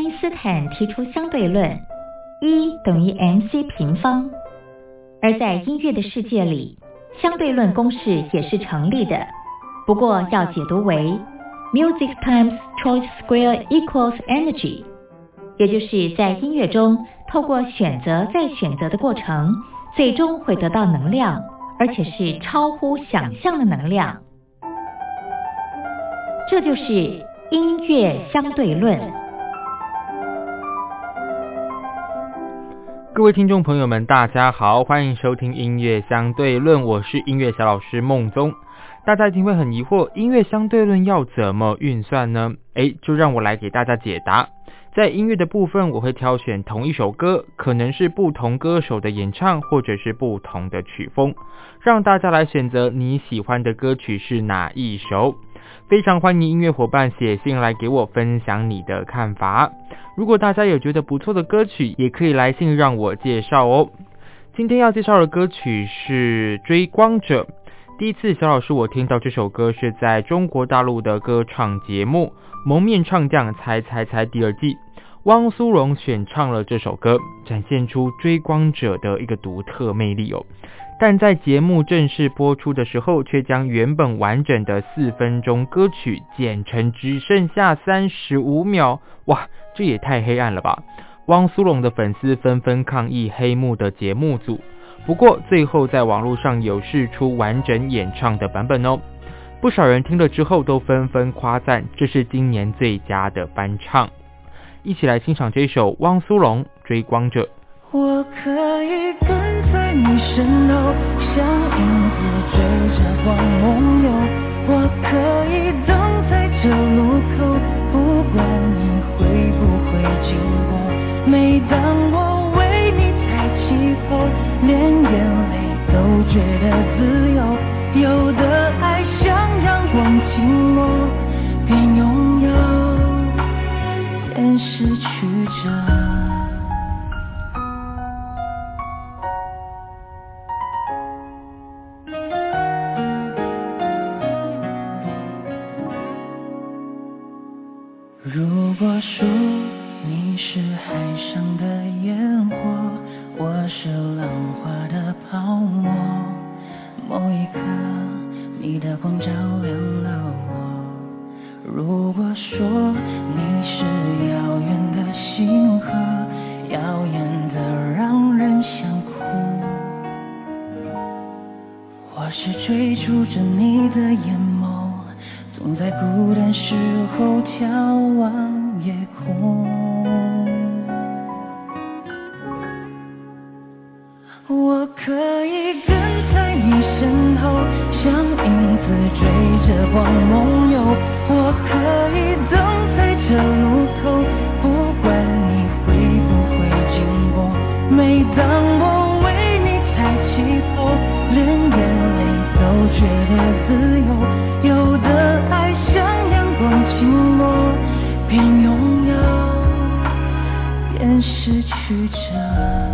因斯坦提出相对论，E等于 mc 平方。而在音乐的世界里，相对论公式也是成立的，不过要解读为 music times choice square equals energy， 也就是在音乐中透过选择再选择的过程，最终会得到能量，而且是超乎想象的能量。这就是音乐相对论。 各位听众朋友们大家好，欢迎收听音乐相对论，我是音乐小老师孟宗。大家一定会很疑惑，音乐相对论要怎么运算呢？就让我来给大家解答。在音乐的部分，我会挑选同一首歌，可能是不同歌手的演唱，或者是不同的曲风，让大家来选择你喜欢的歌曲是哪一首。非常欢迎音乐伙伴写信来给我分享你的看法。如果大家有觉得不错的歌曲，也可以来信让我介绍哦。今天要介绍的歌曲是《追光者》。第一次小老师我听到这首歌是在中国大陆的歌唱节目《蒙面唱将猜猜猜》第二季，汪苏泷选唱了这首歌，展现出追光者的一个独特魅力哦。但在节目正式播出的时候，却将原本完整的4分钟歌曲剪成只剩下35秒，哇，这也太黑暗了吧！汪苏泷的粉丝纷纷抗议黑幕的节目组，不过最后在网络上有释出完整演唱的版本哦。不少人听了之后都纷纷夸赞，这是今年最佳的翻唱。一起来欣赏这首汪苏泷《追光者》。 我可以跟在你身后，像影子追着光梦游。我可以等在这路口，不管你会不会经过。每当我为你抬起头，连眼泪都觉得自由。有的爱像阳光倾落，边拥有边失去着。如果说你是海上的烟火，我是浪花的泡沫，某一刻你的光照亮了我。如果说你是遥远的星河，耀眼的让人想哭，我是追逐着你的眼眸，总在孤单时候眺望夜空。我可以跟在你身后，像影子追着光梦游。我可以等在这路口，不管你会不会经过。每当我为你抬起头，连眼泪都觉得自由。有的爱像阳光倾落，边拥有边失去着。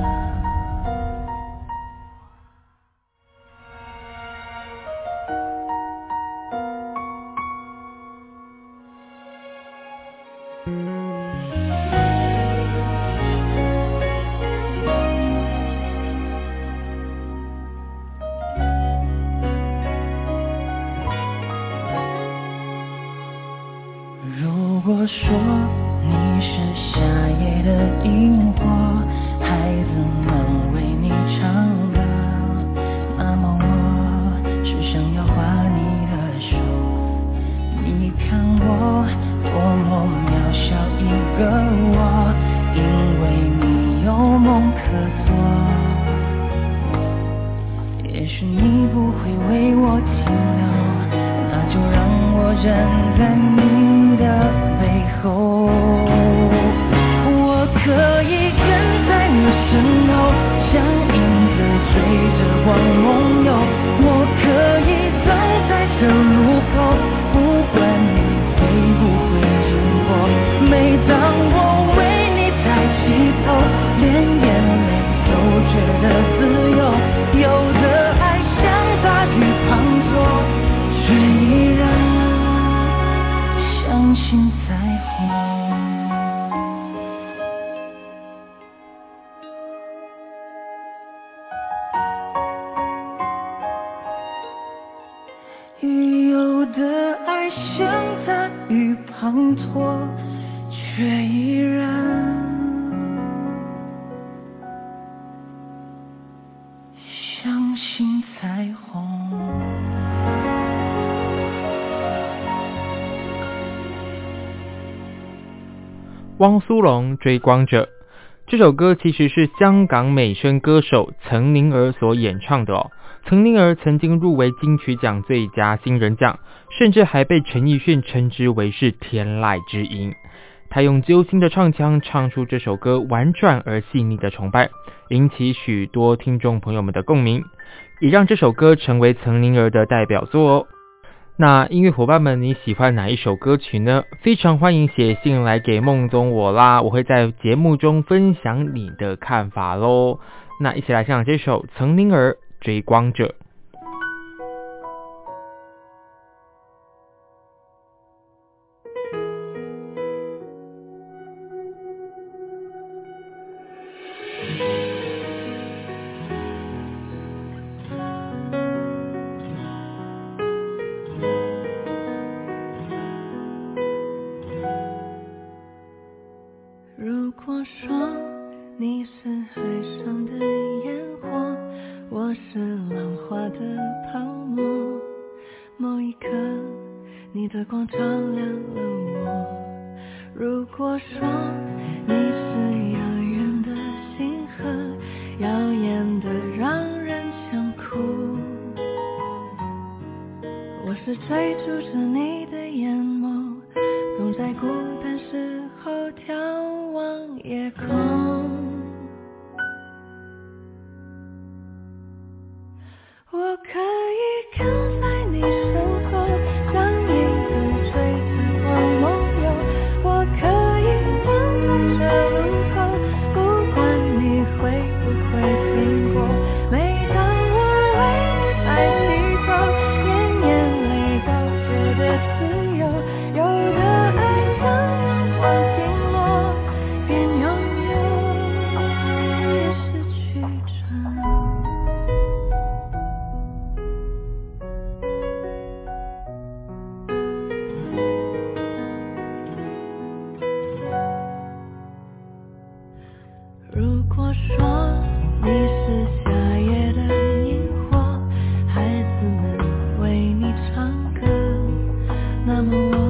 如果说你是夏夜的萤火，孩子们为你唱歌，那么我只想要画你的手。你看我多么渺小一个我，因为你有梦可做。也许你不会为我停留，那就让我站在你的背后。我可以跟在你身后，像影子追着光梦游。我可以等在这路口，不管你会不会经过。每当我为你抬起头，连眼泪都觉得自由。有的爱像大雨滂沱，却依然相信彩虹。 爱现在已滂沱，却依然相信彩虹。 汪苏泷追光者，这首歌其实是香港美声歌手岑宁儿所演唱的哦。岑宁儿曾经入围金曲奖最佳新人奖，甚至还被陈奕迅称之为是天籁之音。他用揪心的唱腔唱出这首歌婉转而细腻的崇拜，引起许多听众朋友们的共鸣，也让这首歌成为岑宁儿的代表作哦。那音乐伙伴们，你喜欢哪一首歌曲呢？非常欢迎写信来给梦中我啦，我会在节目中分享你的看法咯。那一起来欣赏这首岑宁儿追光者。 如果说你是海上的烟火，我是浪花的泡沫，某一刻你的光照亮了我。如果说你是遥远的星河，耀眼的让人想哭，我是追逐着你的眼眸，总在孤单时候眺望夜空。我可以跟在你身后，像影子追着光梦游。我可以等在这路口，不管你会不会经过。每当我为你抬起头，连眼泪都觉得自由。有的爱像阳光倾落，边拥有边失去着。如果说你是夏夜的萤火，孩子们为你唱歌，那么我